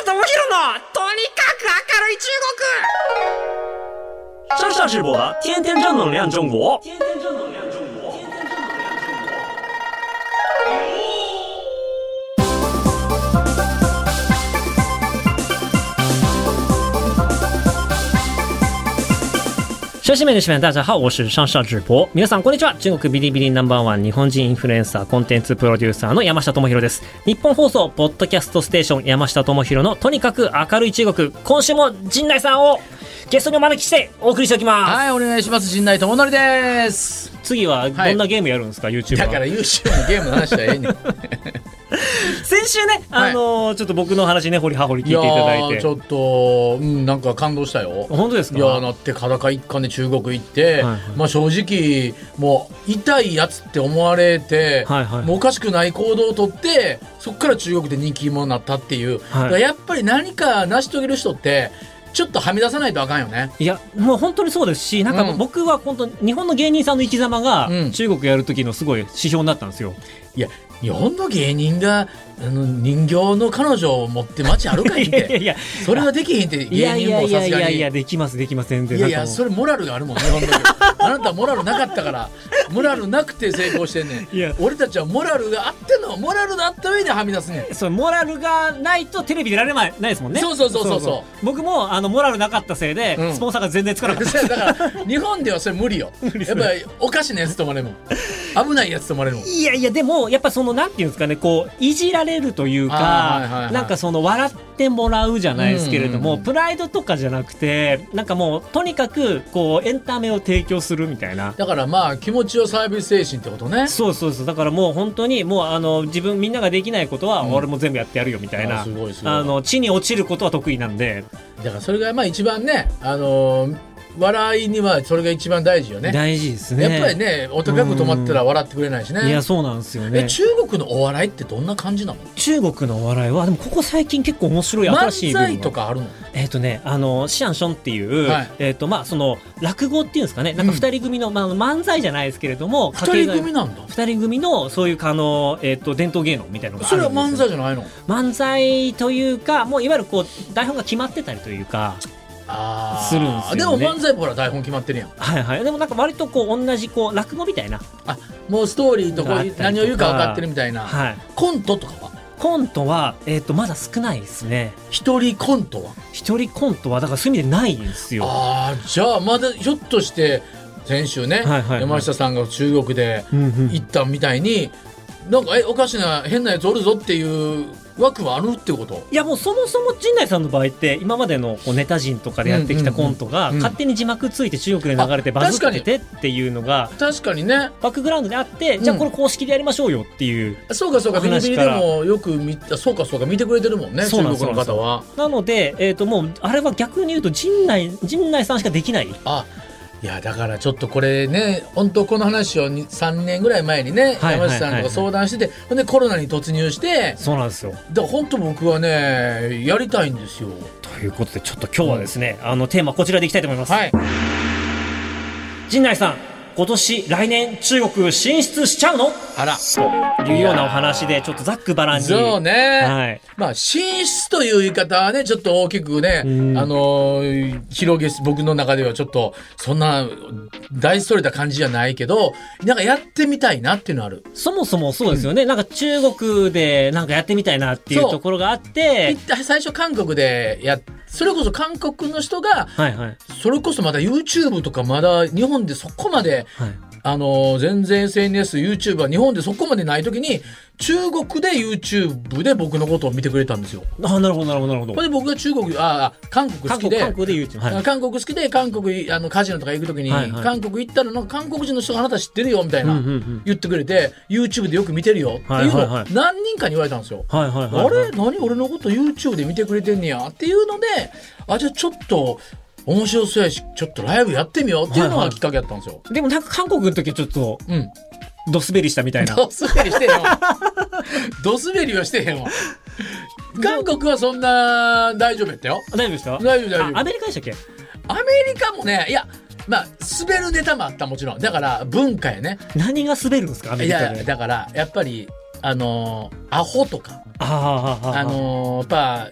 智弘のとにかく明るい中国。上上直播的天天正能量中国。小姐妹的们大家好，我是上上直播。皆さんこんにちは。中国ビリビリナンバーワン日本人インフルエンサーコンテンツプロデューサーの山下智博です。日本放送ポッドキャストステーション山下智博のとにかく明るい中国。今週も陣内さんをゲストにお招きしてお送りしておきます。 はい、お願いします。陣内智則です。 次はどんなゲームやるんですか、YouTube は。 だから YouTube のゲームの話はええねん。 先週ね、ちょっと僕の話ね、掘り葉掘り聞いていただいて。 いやちょっと、なんか感動したよ。 本当ですか。 いやだって裸一貫で中国行って、まあ正直もう痛いやつって思われて、もうおかしくない行動をとってそっから中国で人気者になったっていう、だからやっぱり何か成し遂げる人ってちょっとはみ出さないとあかんよね。 いやもう本当にそうですし、なんか僕は本当日本の芸人さんの生き様が中国やる時のすごい指標になったんですよ。 いや日本の芸人が人形の彼女を持って街歩かへんっていやそれはできへんって芸人もさすがに。 いやできます全然。 いやそれモラルがあるもんね日本だけあなたモラルなかったからモラルなくて成功してんねん。いや俺たちはモラルがあってんの、モラルがあった上ではみ出すねん。 そうモラルがないとテレビ出られないですもんね。 そう僕もモラルなかったせいで、スポンサーが全然つかなかっただから日本ではそれ無理よやっぱりおかしなやつとまれるもん危ないやつとまれるもん。 いやでもやっぱそのなんていうんですかね、こういじられるというか、なんかその笑ってもらうじゃないですけれども、プライドとかじゃなくて、なんかもうとにかくこうエンタメを提供するみたいな。 だからまあ気持ちをサービス精神ってことね。 そうだからもう本当にもう自分みんなができないことは俺も全部やってやるよみたいな、 すごい地に落ちることは得意なんで。 だからそれがまあ一番ね笑いにはそれが一番大事よね。 大事ですね。 やっぱりねお高く止まったら笑ってくれないしね。 いやそうなんですよね。 中国のお笑いってどんな感じなの？ 中国のお笑いはでもここ最近結構面白い新しい漫才とかあるの？ シアンションっていう、まあその落語っていうんですかね、なんか二人組の、漫才じゃないですけれども、 二人組なんだ。 二人組のそういう伝統芸能みたいなのがあるんですよ。 それは漫才じゃないの？ 漫才というかもういわゆるこう台本が決まってたりというか。するんですよね。 でも漫才もほら台本決まってるやん。 でもなんか割とこう同じこう落語みたいな、 もうストーリーとこう何を言うか分かってるみたいな。コントとかは？ コントはまだ少ないですね。 一人コントはだからそういう意味でないんですよ。 じゃあまだひょっとして先週ね、山下さんが中国で行ったみたいに、なんかおかしな変なやつおるぞっていう枠はあるってこと？いやもうそもそも陣内さんの場合って今までのこうネタ陣とかでやってきたコントが勝手に字幕ついて中国で流れてバズっててっていうのが確かにねバックグラウンドであって、じゃあこれ公式でやりましょうよっていう。 そうかビリビリでもよく見てくれてるもんね、中国の方は。 なのでもうあれは逆に言うと陣内さんしかできない。 いやだからちょっとこれね本当この話を3年ぐらい前にね山下さんとか相談してて、ほんでコロナに突入して。 そうなんですよ。 だから本当僕はねやりたいんですよ。 ということでちょっと今日はですね、テーマこちらでいきたいと思います。陣内さん今年来年中国進出しちゃうの？というようなお話でちょっとざっくばらんに。 そうね、まあ進出という言い方はねちょっと大きくね、広げ僕の中ではちょっとそんな大それた感じじゃないけど、なんかやってみたいなっていうのある。 そもそもそうですよね、なんか中国でなんかやってみたいなっていうところがあって、 最初韓国でそれこそ韓国の人が、それこそまだ YouTube とかまだ日本でそこまで、全然 SNS、YouTube は日本でそこまでない時に中国で YouTube で僕のことを見てくれたんですよ。 なるほど。 これで僕が韓国好きで韓国で YouTube、 韓国好きで韓国カジノとか行く時に、韓国行ったら韓国人の人があなた知ってるよみたいな、言ってくれて YouTube でよく見てるよっていうのを何人かに言われたんですよ。あれ何俺のこと YouTube で見てくれてんねやっていうので、じゃあちょっと面白そうやしちょっとライブやってみようっていうのがきっかけだったんですよ。 でもなんか韓国の時はちょっと、ドスベリしたみたいな。 ドスベリしてへんわドスベリはしてへんわ韓国はそんな大丈夫やったよ。 大丈夫でした？ 大丈夫。 アメリカでしたっけ？ アメリカもね、いやまあ滑るネタもあった、もちろん。だから文化やね。 何が滑るんですかアメリカで？ いやだからやっぱりアホとかやっぱ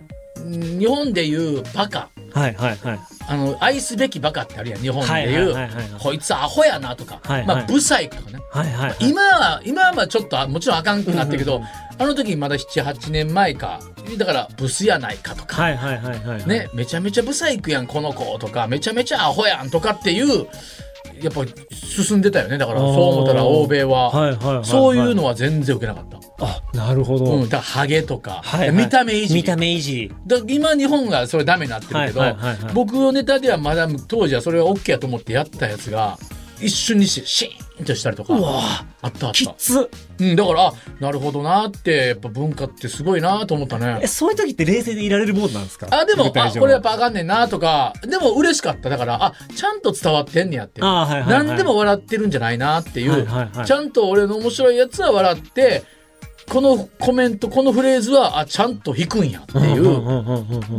日本でいうバカ、 はいはいはい、 愛すべきバカってあるやん日本でいう、こいつアホやなとか、 はいはい、 まあブサイクとかね、 はいはいはい、 今はちょっともちろんあかんくなったけど、あの時まだ 7,8 年前かだからブスやないかとか、 はいはいはいはい、 ね、めちゃめちゃブサイクやんこの子とかめちゃめちゃアホやんとかっていうやっぱ進んでたよね。だからそう思ったら欧米は、はいはいはいはい、そういうのは全然受けなかった。 あ、なるほど、 だからハゲとか、 はいはい、 見た目いじり、 見た目いじりだ今日本がそれダメになってるけど、はいはいはいはい、僕のネタではまだ当時はそれは OK やと思ってやったやつが一瞬にしてシーンとしたりとか、あったきつ、 だからなるほどなってやっぱ文化ってすごいなと思ったね。 そういう時って冷静でいられるもんなんですか？ でもこれやっぱあかんねんなとか、でも嬉しかった。だからちゃんと伝わってんねやって、はいはいはい、何でも笑ってるんじゃないなっていう、はいはいはい、ちゃんと俺の面白いやつは笑ってこのコメントこのフレーズはちゃんと弾くんやっていう、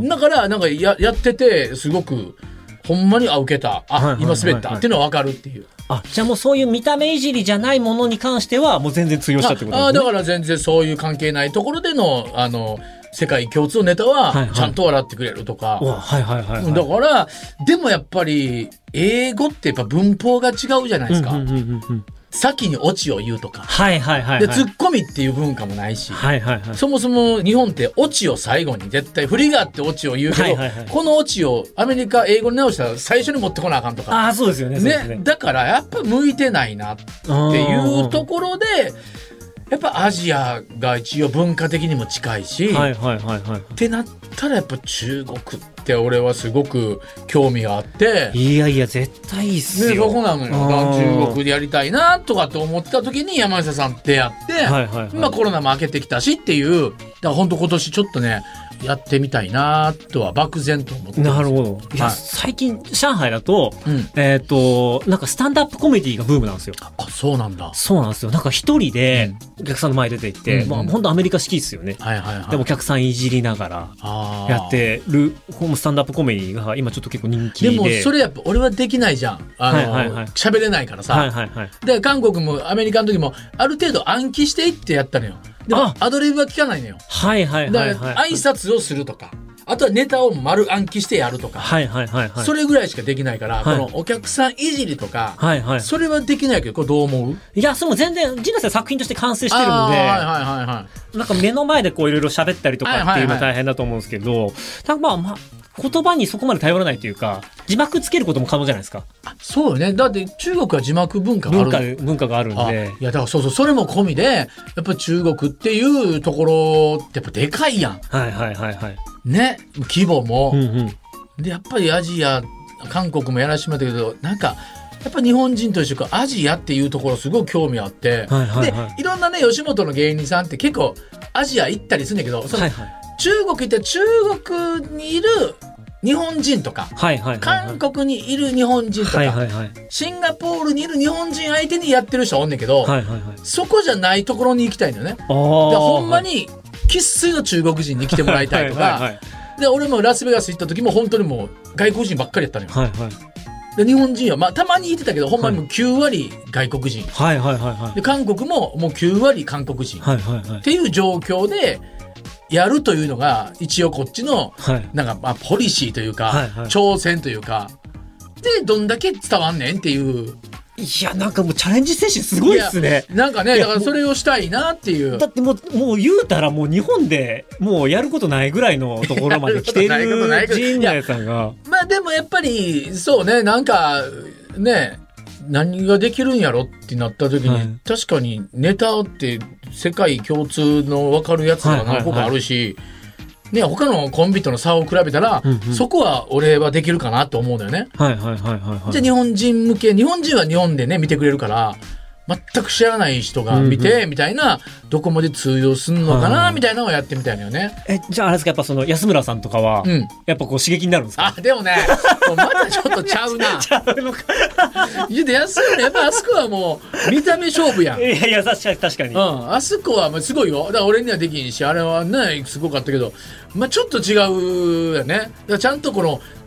だからなんか やっててすごくほんまに受けた、今滑ったっていうのは分かるっていう。 じゃあもうそういう見た目いじりじゃないものに関してはもう全然通用したってことですね。 だから全然そういう関係ないところでの世界共通のネタはちゃんと笑ってくれるとか、 はいはいはいはい、 だからでもやっぱり英語ってやっぱ文法が違うじゃないですか、先にオチを言うとか、 はいはいはいはい、 でツッコミっていう文化もないし、 はいはいはい、 そもそも日本ってオチを最後に絶対振りがあってオチを言うけど、はいはいはい、このオチをアメリカ英語に直したら最初に持ってこなあかんとか、 そうですよ ね、 だからやっぱ向いてないなっていうところでやっぱアジアが一応文化的にも近いし、はいはいはいはい、ってなったらやっぱ中国って俺はすごく興味があって、 いやいや絶対いいっすよ、 そこなのよ。中国でやりたいなとかって思ってた時に山下さん出会って、はいはいはい、コロナも明けてきたしっていう、だから本当今年ちょっとねやってみたいなとは漠然と思ってます。 なるほど。いや、最近上海だと、なんかスタンダップコメディがブームなんですよ。 そうなんだ。 そうなんですよ。なんか一人でお客さんの前出て行って、本当アメリカ式ですよね。はいはいはい。でもお客さんいじりながらやってるスタンダップコメディが今ちょっと結構人気で。 でもそれやっぱ俺はできないじゃん。喋れないからさ。はいはいはい。で韓国もアメリカの時もある程度暗記していってやったのよ。でもアドリブは聞かないのよ。はいはいはい、はい、挨拶をするとか、あとはネタを丸暗記してやるとか、はいはいはいはい、それぐらいしかできないから、はい、このお客さんいじりとか、はいはい、それはできないけど、これどう思う？ いや、それも全然陣内さん作品として完成してるので、はいはいはいはい、なんか目の前でこういろいろ喋ったりとかっていうのは大変だと思うんですけど、まあ言葉にそこまで頼らないというか、字幕つけることも可能じゃないですか。 そうよね。だって中国は字幕文化がある。 文化があるんで。 いや、だからそうそれも込みで、やっぱ中国っていうところってやっぱでかいやん。はいはいはいはい。ね、規模も。うんうん、で、やっぱりアジア、韓国もやらしてもらったけど、なんか、やっぱ日本人と一緒かアジアっていうところすごい興味あって、はいはいはい、でいろんなね吉本の芸人さんって結構アジア行ったりするんだけど、その、はいはい、中国行って中国にいる日本人とか、はいはいはいはい、韓国にいる日本人とか、はいはいはい、シンガポールにいる日本人相手にやってる人おんねんけど、はいはいはい、そこじゃないところに行きたいんだよね。でほんまに生粋の中国人に来てもらいたいとかはいはい、はい、で俺もラスベガス行った時も本当にもう外国人ばっかりやったのよ。はいはい、で日本人は、まあ、たまにいてたけどほんまにもう9割外国人、はいはいはいはい、で韓国ももう9割韓国人、はいはいはい、っていう状況でやるというのが一応こっちのなんかまあポリシーというか、はいはい、挑戦というかでどんだけ伝わんねんっていう。 いやなんかもうチャレンジ精神すごいですね。 なんかねだからそれをしたいなっていう。 だってもう言うたらもう日本でもうやることないぐらいのところまで来ている陣内さんがまあでもやっぱりそうねなんかね何ができるんやろってなった時に、はい、確かにネタって世界共通の分かるやつが何個かあるし、はいはいはいね、他のコンビとの差を比べたら、うんうん、そこは俺はできるかなと思うんだよね。はいはいはいはい、はい。じゃあ日本人向け、日本人は日本でね見てくれるから、全く知らない人が見て、うんうん、みたいなどこまで通用すんのかな、はい、みたいなのをやってみたいのよね。 じゃああれですかやっぱその安村さんとかは、うん、やっぱこう刺激になるんですか？ でもねまだちょっとちゃうな。ちゃうのか。いや安村やっぱあそこはもう見た目勝負やん。 いや確かに。 あそこはすごいよ。だから俺にはできんしあれはねすごかったけど。まあ、ちょっと違うよね。だからちゃんとこの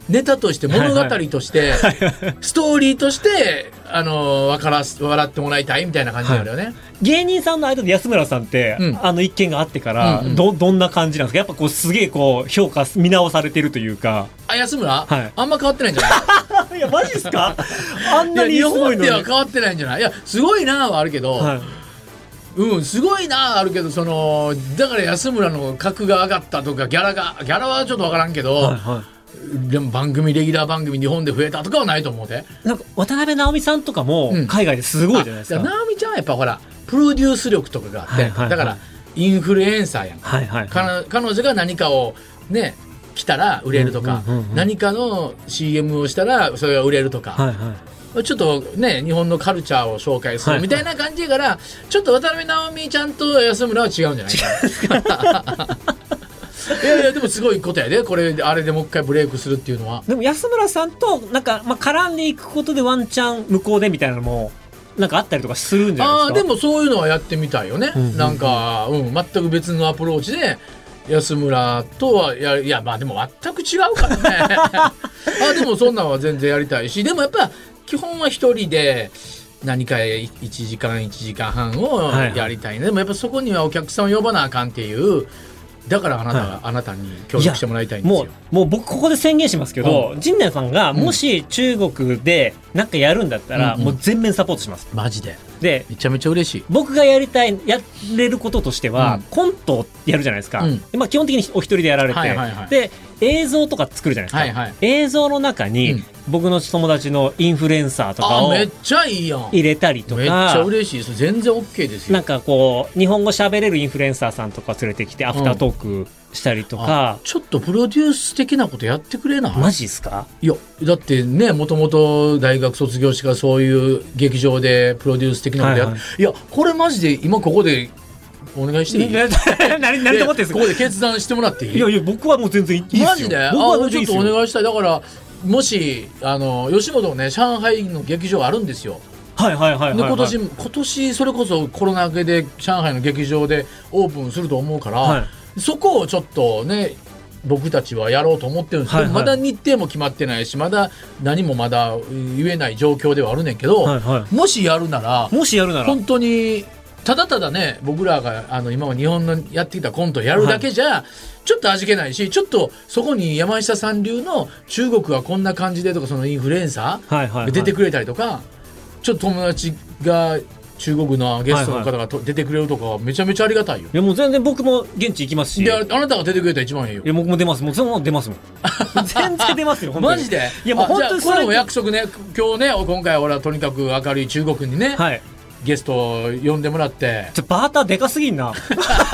ネタとして物語として、ストーリーとして笑ってもらいたいみたいな感じになるよね、 芸人さんの間で安村さんって、一件があってから、どんな感じなんですか？やっぱこうすげえこう評価見直されてるというか。 安村、あんま変わってないんじゃない？ いやマジですか？あんなにすごいのに。 日本では変わってないんじゃない？いやすごいなはあるけど、すごいなあるけど、だから安村の格が上がったとかギャラはちょっと分からんけど、でもレギュラー番組日本で増えたとかはないと思うで。 なんか渡辺直美さんとかも海外ですごいじゃないですか。 直美ちゃんはやっぱほらプロデュース力とかがあって、だからインフルエンサーやん、彼女が何かをね来たら売れるとか、何かの CM をしたらそれが売れるとか、ちょっとね日本のカルチャーを紹介するみたいな感じやから、ちょっと渡辺直美ちゃんと安村は違うんじゃないかな。いやでもすごいことやで、これあれでもう一回ブレイクするっていうのは。 でも安村さんとなんか、絡んでいくことでワンチャン向こうでみたいなのもなんかあったりとかするんじゃないですか？ でもそういうのはやってみたいよね、なんか、全く別のアプローチで安村とはいやまあでも全く違うからね。でもそんなんは全然やりたいし、でもやっぱ基本は一人で何か1時間半をやりたいね、でもやっぱそこにはお客さんを呼ばなあかんっていう、だからあなたに協力してもらいたいんですよ。 もう僕ここで宣言しますけど、陣内さんがもし中国でなんかやるんだったら、もう全面サポートします。 マジで。 でめちゃめちゃ嬉しい。 僕がやれることとしては、コントをやるじゃないですか、基本的にお一人でやられて、で映像とか作るじゃないですか、映像の中に、僕の友達のインフルエンサーとかをめっちゃいいやん入れたりとか、 めっちゃ嬉しいです。全然 OK ですよ。 なんかこう日本語喋れるインフルエンサーさんとか連れてきてアフタートークしたりとか、 ちょっとプロデュース的なことやってくれない？ マジですか？ いやだってね、もともと大学卒業してからそういう劇場でプロデュース的なこといやこれマジで今ここでお願いしていい？ 何と思ってんですか？ ここで決断してもらっていい？ いや僕はもう全然いいですよ。 マジで？ちょっとお願いしたい。だからもし吉本のね上海の劇場あるんですよ。で今年それこそコロナ明けで上海の劇場でオープンすると思うから、そこをちょっとね僕たちはやろうと思ってるんですけど、まだ日程も決まってないし、まだ何もまだ言えない状況ではあるねんけど、もしやるなら本当にただただね、僕らが今は日本のやってきたコントをやるだけじゃ、ちょっと味気ないし、ちょっとそこに山下さん流の中国はこんな感じでとか、そのインフルエンサーが出てくれたりとか、ちょっと友達が中国のゲストの方が出てくれるとかはめちゃめちゃありがたいよ。 いやもう全然僕も現地行きますし。 であなたが出てくれたら一番いいよ。 いや僕も出ます。もうそのまま出ますもん。全然出ますよ。 マジで。 いやもう本当にこれも約束ね。今日ね、今回は俺はとにかく明るい中国にね、ゲストを呼んでもらって。 バーターでかすぎんな。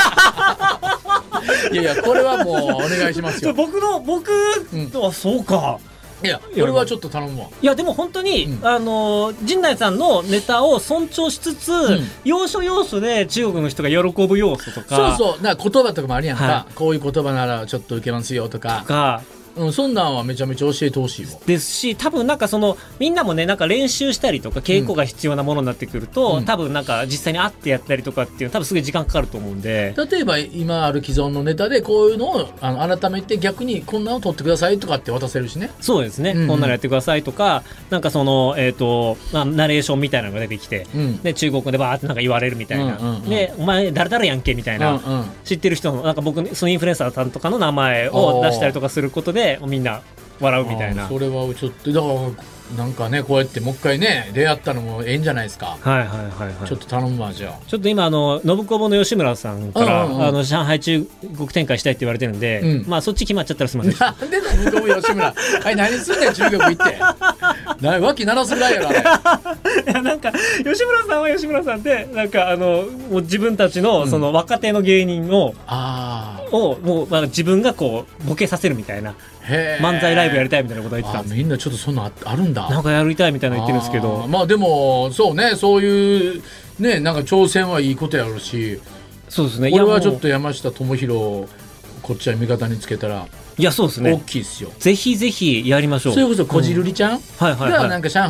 いやこれはもうお願いしますよ。 僕とはそうか。 いや俺はちょっと頼むわ。 いやでも本当に、陣内さんのネタを尊重しつつ、要所要所で中国の人が喜ぶ要素とか、 そうなんか言葉とかもあるやんか、こういう言葉ならちょっと受けますよとか。そんなんはめちゃめちゃ教えてほしいわ。ですし、多分なんかみんなもね、なんか練習したりとか稽古が必要なものになってくると、多分なんか実際に会ってやったりとかっていう多分すごい時間かかると思うんで、 例えば今ある既存のネタでこういうのを改めて逆にこんなの撮ってくださいとかって渡せるしね。 そうですね、こんなのやってくださいとか、なんかナレーションみたいなのが出てきて、で中国でバーってなんか言われるみたいな、でお前誰々やんけみたいな、知ってる人のなんか僕そのインフルエンサーさんとかの名前を出したりとかすることでみんな笑うみたいな。 それはちょっとだからなんかね、こうやってもう一回ね出会ったのもええんじゃないですか。ちょっと頼むわ。じゃあちょっと今信子坊の吉村さんから上海中国展開したいって言われてるんで、まあそっち決まっちゃったらすみません。 なんで信子坊吉村何すんねん中国行って脇鳴らすぐらいやろあれ。 いやなんか吉村さんは吉村さんでなんかもう自分たちのその若手の芸人をもう自分がこうボケさせるみたいな漫才ライブやりたいみたいなこと言ってたんです。 みんなちょっとそんなあるんだ。 なんかやりたいみたいな言ってるんですけど、 まあでもそうね、そういうねなんか挑戦はいいことやろうし、 そうですね。 これはちょっと山下智博をこっちは味方につけたら、 いやそうですね、 大きいですよ。 ぜひぜひやりましょう。 それこそこじるりちゃんがなんか上海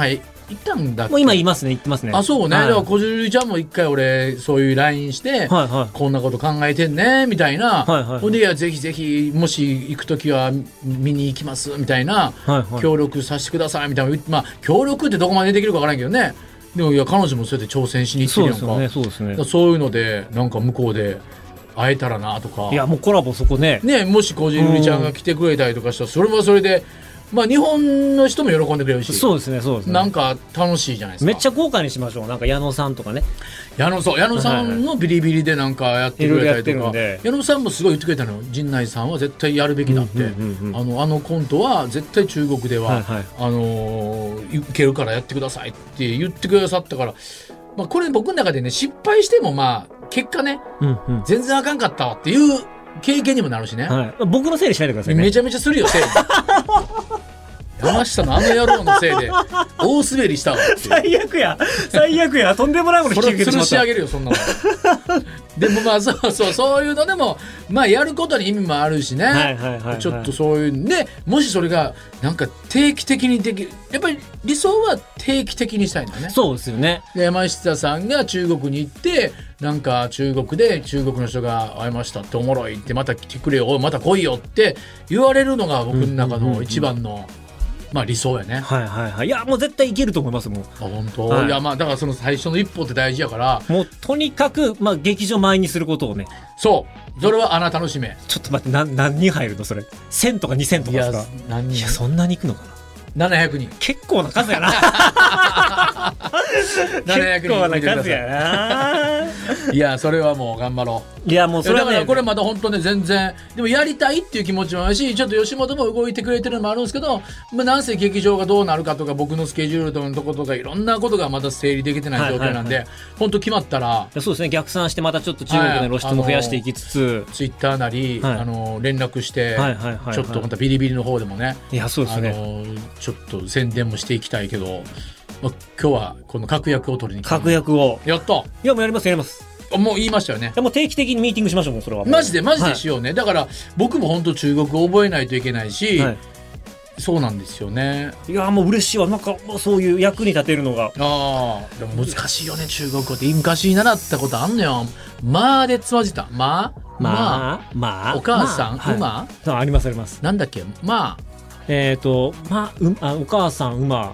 行ったんだっけ。 もう今いますね、行ってますね。 あ、そうね。だからこじるりちゃんも一回俺そういう LINE して、こんなこと考えてんねみたいな。ほんで、いやぜひぜひもし行くときは見に行きますみたいな、協力させてくださいみたいな。まあ協力ってどこまでできるかわからんけどね。でもいや彼女もそうやって挑戦しに行ってるやんか。 そうですね。 そういうのでなんか向こうで会えたらなとか。 いやもうコラボそこね。 ね、もしこじるりちゃんが来てくれたりとかしたらそれはそれで。まあ日本の人も喜んでくれるし、 そうですね。 なんか楽しいじゃないですか。 めっちゃ豪華にしましょう。なんか矢野さんとかね。 矢野さんのビリビリでなんかやってくれたりとか、矢野さんもすごい言ってくれたのよ。陣内さんは絶対やるべきだって、あのコントは絶対中国では、いけるからやってくださいって言ってくださったから、まあこれ僕の中でね失敗してもまあ結果ね、全然あかんかったわっていう経験にもなるしね、 僕のせいにしないでくださいね。 めちゃめちゃするよせいに山下のあの野郎のせいで大滑りしたわ最悪やとんでもないもの引き受けてしまった。 それ吊るし上げるよそんなのでもまあそういうのでもまあやることに意味もあるしね、ちょっとそういうね、もしそれがなんか定期的にできる、やっぱり理想は定期的にしたいんだね。 そうですよね。 で山下さんが中国に行ってなんか中国で中国の人が会いましたっておもろいってまた来てくれよまた来いよって言われるのが僕の中の一番のまあ理想やね。 いやもう絶対いけると思いますもん。 本当、いやまあだからその最初の一歩って大事やから、 もうとにかくまあ劇場前にすることをね。 そうそれはあなたの使命。 ちょっと待って何人入るのそれ。1000とか2000とかですか。いやそんなにいくのかな。 700人。 結構な数やな結構な数やな。 いやそれはもう頑張ろう。 いやもうそれは、 だからこれまだ本当ね全然でもやりたいっていう気持ちもあるし、ちょっと吉本も動いてくれてるのもあるんですけど、まあ、なんせ劇場がどうなるかとか僕のスケジュールのとことかいろんなことがまだ整理できてない状況なんで、本当決まったらそうですね、逆算してまたちょっと中国で露出も増やしていきつつ、 ツイッターなり、連絡して、ちょっとまたビリビリの方でもね、 いやそうですね、 ちょっと宣伝もしていきたいけど、まあ、今日はこの確約を取りに来た。 確約をやった。いやもうやりますもう言いましたよね。 もう定期的にミーティングしましょう。もうそれはマジでしようね、だから僕も本当中国語覚えないといけないし、そうなんですよね。 いやもう嬉しいわ。なんかそういう役に立てるのが。 でも難しいよね中国語って。昔習ったことあんのよ。まあでつまじた。まあお母さん、馬ありますなんだっけ。まあお母さん馬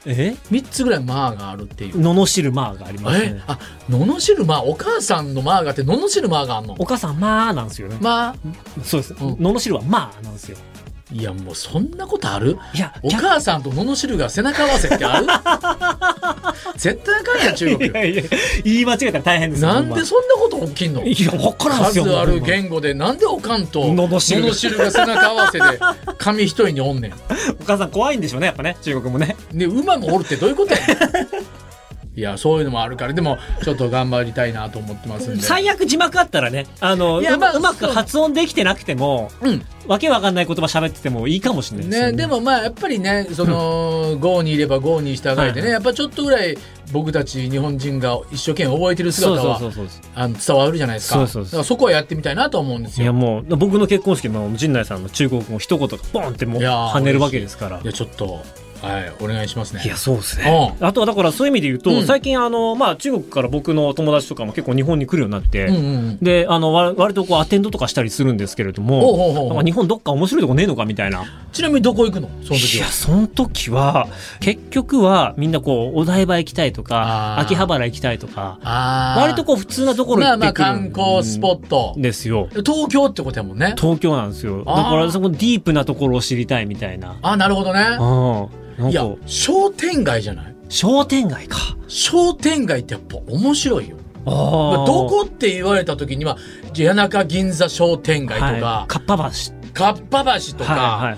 3つぐらいマーがあるっていう。 罵るマーがありますね。 罵るマー、お母さんのマーがあって罵るマーがあんの。 お母さんマーなんですよね。そうです、罵るはマーなんですよ。 いやもうそんなことある？ いやお母さんと罵るが背中合わせってある？絶対あかんやん中国。 いや言い間違えたら大変ですよ。 なんでそんなこと起きんの？ いや分からんすよ。 数ある言語でなんでおかんと罵るが背中合わせで紙一重におんねん。 お母さん怖いんでしょうねやっぱね中国もね。 で馬もおるってどういうことやねん。いやそういうのもあるから、でもちょっと頑張りたいなと思ってますんで。 最悪字幕あったらね、うまく発音できてなくても、わけわかんない言葉喋っててもいいかもしれないですね。 でもまあやっぱりね、その郷にいれば郷に従えてね、やっぱちょっとぐらい僕たち日本人が一生懸命覚えてる姿は伝わるじゃないですか。だからそこはやってみたいなと思うんですよ。 いやもう僕の結婚式も陣内さんの中国語一言がボンってもう跳ねるわけですから。 いやちょっとお願いしますね。 いやそうですね。あとはだからそういう意味で言うと、最近中国から僕の友達とかも結構日本に来るようになって、で割とこうアテンドとかしたりするんですけれども、なんか日本どっか面白いとこねえのかみたいな。 ちなみにどこ行くのその時は？ いやその時は結局はみんなこうお台場行きたいとか秋葉原行きたいとか、割とこう普通なところ行ってくる観光スポットですよ。 東京ってことやもんね。 東京なんですよ。だからそこディープなところを知りたいみたいな。 なるほどね。いや商店街じゃない？ 商店街か。 商店街ってやっぱ面白いよ。どこって言われた時には谷中銀座商店街とか、 かっぱ橋とか、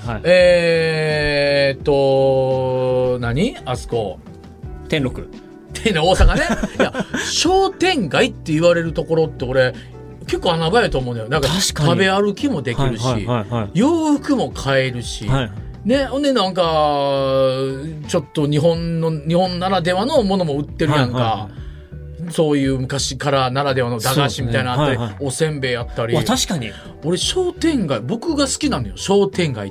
何あそこ天禄大阪ね。いや商店街って言われるところって俺結構穴場やと思うんだよ。なんか食べ歩きもできるし、洋服も買えるし、ほんでなんかちょっと日本ならではのものも売ってるやんか。 そういう昔からならではの駄菓子みたいなのあったり、おせんべいあったり。 確かに。 俺商店街、僕が好きなのよ、商店街って。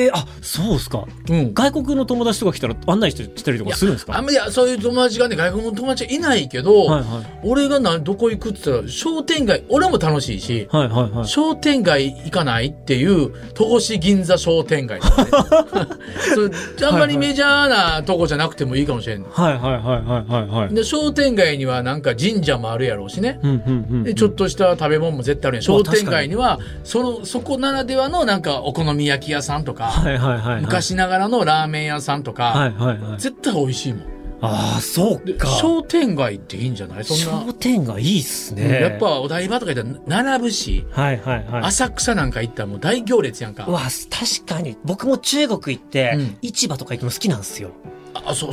そうですか。外国の友達とか来たら案内したりとかするんですか？ いや、そういう友達がね、外国の友達はいないけど、俺がどこ行くって言ったら、商店街、俺も楽しいし、商店街行かないっていう、戸越銀座商店街とかね。あんまりメジャーなとこじゃなくてもいいかもしれんの。で、商店街にはなんか神社もあるやろうしね。で、ちょっとした食べ物も絶対あるやん。商店街には、そこならではのなんかお好み焼き屋さんとか、昔ながらのラーメン屋さんとか、絶対美味しいもん。 そうか。 商店街っていいんじゃない？そんな。 商店街いいっすね。 やっぱお台場とか行ったら並ぶし、浅草なんか行ったらもう大行列やんか。 確かに。僕も中国行って、市場とか行くの好きなんですよ。 そう。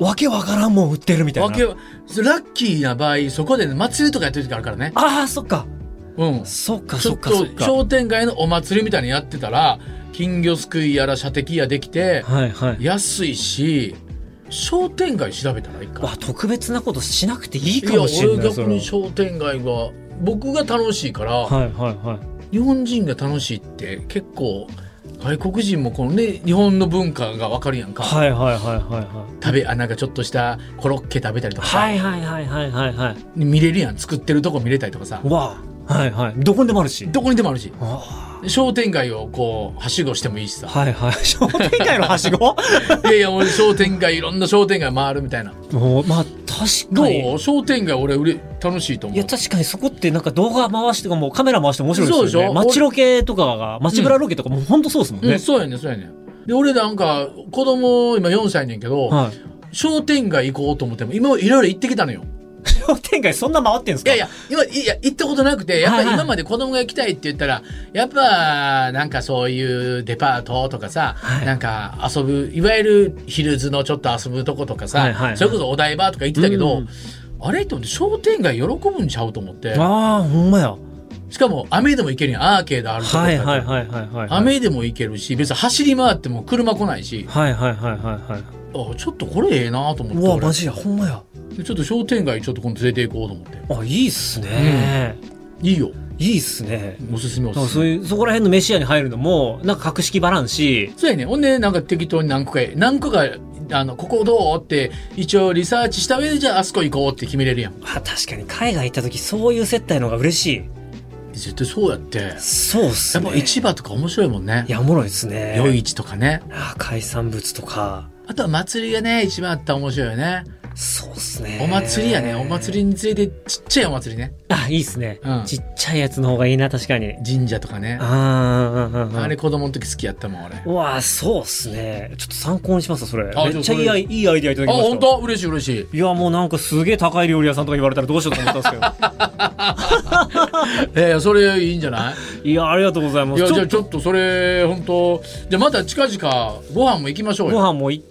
わけわからんもん売ってるみたいな。ラッキーな場合、そこで祭りとかやってる時あるからね。 そっか。そっか。 ちょっと商店街のお祭りみたいにやってたら、金魚すくいやら射的やできて、安いし、商店街調べたらいいか。 特別なことしなくていいかもしれない。 俺逆に商店街は僕が楽しいから、日本人が楽しいって結構外国人もこのね、日本の文化が分かるやんか。なんかちょっとしたコロッケ食べたりとかさ、見れるやん。作ってるとこ見れたりとかさ。 どこにでもあるし。 商店街をこうはしごしてもいいしさ。 商店街のはしごいや俺商店街、いろんな商店街回るみたいな。 確かに。 どう？商店街俺楽しいと思う。 いや確かにそこってなんか動画回してとかもカメラ回して面白いですよね。そうでしょ。街ロケとかが、街ブラロケとかも本当そうですもんね。 そうやね。で俺なんか子供今4歳ねんけど、商店街行こうと思っても今いろいろ行ってきたのよ。 商店街そんな回ってんすか？いや行ったことなくて、やっぱり今まで子供が行きたいって言ったら、やっぱなんかそういうデパートとかさ、なんか遊ぶ、いわゆるヒルズのちょっと遊ぶとことかさ、それこそお台場とか行ってたけど、あれって思って商店街喜ぶんちゃうと思って。 ほんまや。 しかも雨でも行けるやん。アーケードあるとこ雨でも行けるし、別に走り回っても車来ないし。ちょっとこれええなと思って。 マジや、ほんまや。 ちょっと商店街ちょっと今度連れて行こうと思って。 いいっすね。 いいよ。 いいっすね。 おすすめ。 そこら辺の飯屋に入るのもなんか格式ばらんし。 そうやね。ほんでなんか適当に何個かここどうって一応リサーチした上で、じゃああそこ行こうって決めれるやん。 確かに海外行った時そういう接待の方が嬉しい。 絶対そうやって。 そうっすね。 やっぱ市場とか面白いもんね。 いやおもろいですね。 夜市とかね。 海産物とか。 あとは祭りがね一番あったら面白いよね。 そうっすね。 お祭りやね。お祭りに連れて、ちっちゃいお祭りね。 いいっすね。ちっちゃいやつの方がいいな、確かに。 神社とかね。あれ子供の時好きやったもん、俺。 そうっすね。ちょっと参考にしますそれ。めっちゃいいアイディアいただきました。 本当？嬉しい。 いや、もうなんかすげえ高い料理屋さんとか言われたらどうしようと思ったんですけど。 それいいんじゃない？ いや、ありがとうございます。 じゃあちょっとそれ、本当じゃあまた近々ご飯も行きましょうよ。 ご飯も行って、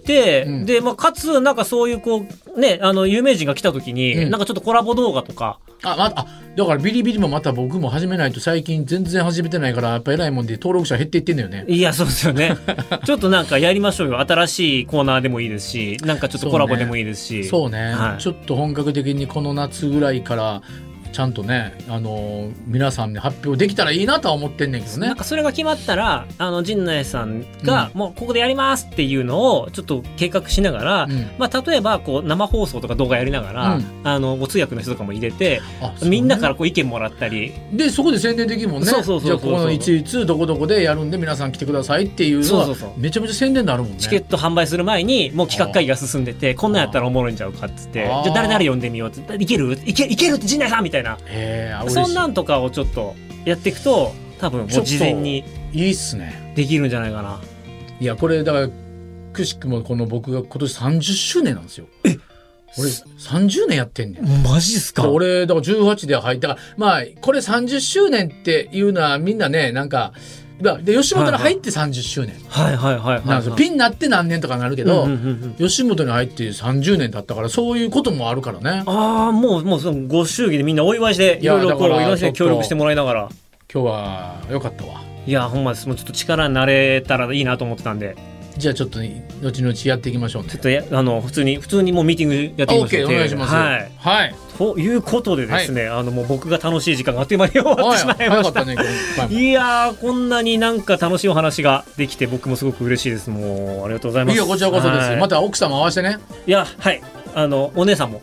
で、かつ、なんかそういうこう、ね、有名人が来た時に、なんかちょっとコラボ動画とか。 だからビリビリもまた僕も始めないと最近全然始めてないから、やっぱ偉いもんで登録者減っていってんだよね。 いや、そうですよね。ちょっとなんかやりましょうよ。新しいコーナーでもいいですし、なんかちょっとコラボでもいいですし。 そうね。ちょっと本格的にこの夏ぐらいから、ちゃんとね、皆さんに発表できたらいいなとは思ってんねんけどね。 なんかそれが決まったら、陣内さんが、もうここでやりますっていうのをちょっと計画しながら、例えばこう生放送とか動画やりながら、お通訳の人とかも入れて、みんなからこう意見もらったり。 で、そこで宣伝できるもんね。じゃあここのいついつどこどこでやるんで皆さん来てくださいっていうのは、めちゃめちゃ宣伝になるもんね。 チケット販売する前に、もう企画会議が進んでて、こんなんやったらおもろいんちゃうかっつって、じゃあ誰々呼んでみようって、いけるって陣内さんみたいな。そんなんとかをちょっとやっていくと多分もう事前にいいっすねできるんじゃないかな。 いやこれだからくしくもこの僕が今年30周年なんですよ。俺30年やってんねん。 マジっすか。 俺だから18で入ったからこれ30周年っていうのはみんなねなんかで吉本に入って30周年なんですピンになって何年とかなるけど、吉本に入って30年経ったからそういうこともあるからね。 もうそのご祝儀でみんなお祝いしていろいろこういろんな人に協力してもらいながら今日は良かったわ。 いやほんまです。もうちょっと力になれたらいいなと思ってたんで。 じゃあちょっと後々やっていきましょうね。 ちょっと普通にもうミーティングやっていきましょう。 OK お願いします。はいということでですね、もう僕が楽しい時間があっという間に終わってしまいました。いやー、こんなになんか楽しいお話ができて僕もすごく嬉しいです。もうありがとうございます。 いや、こちらこそです。また奥様合わせてね。 いや、はい、お姉さんも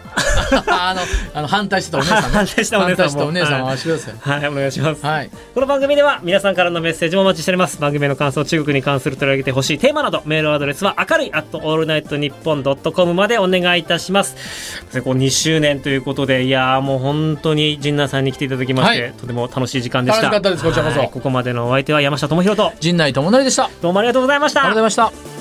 反対したお姉さん、ね、 反対したお姉さんも、 お姉さんを回してください。 はい、お願いします、 はい、 この番組では皆さんからのメッセージもお待ちしております。番組の感想、中国に関する取り上げてほしいテーマなど、メールアドレスは明るい@allnightnippon.com までお願いいたします。こう2周年ということで、いやもう本当に陣内さんに来ていただきまして、はい、とても楽しい時間でした。 楽しかったです。こちらこそ。 ここまでのお相手は山下智博と陣内智則でした。 どうもありがとうございました。 ありがとうございました。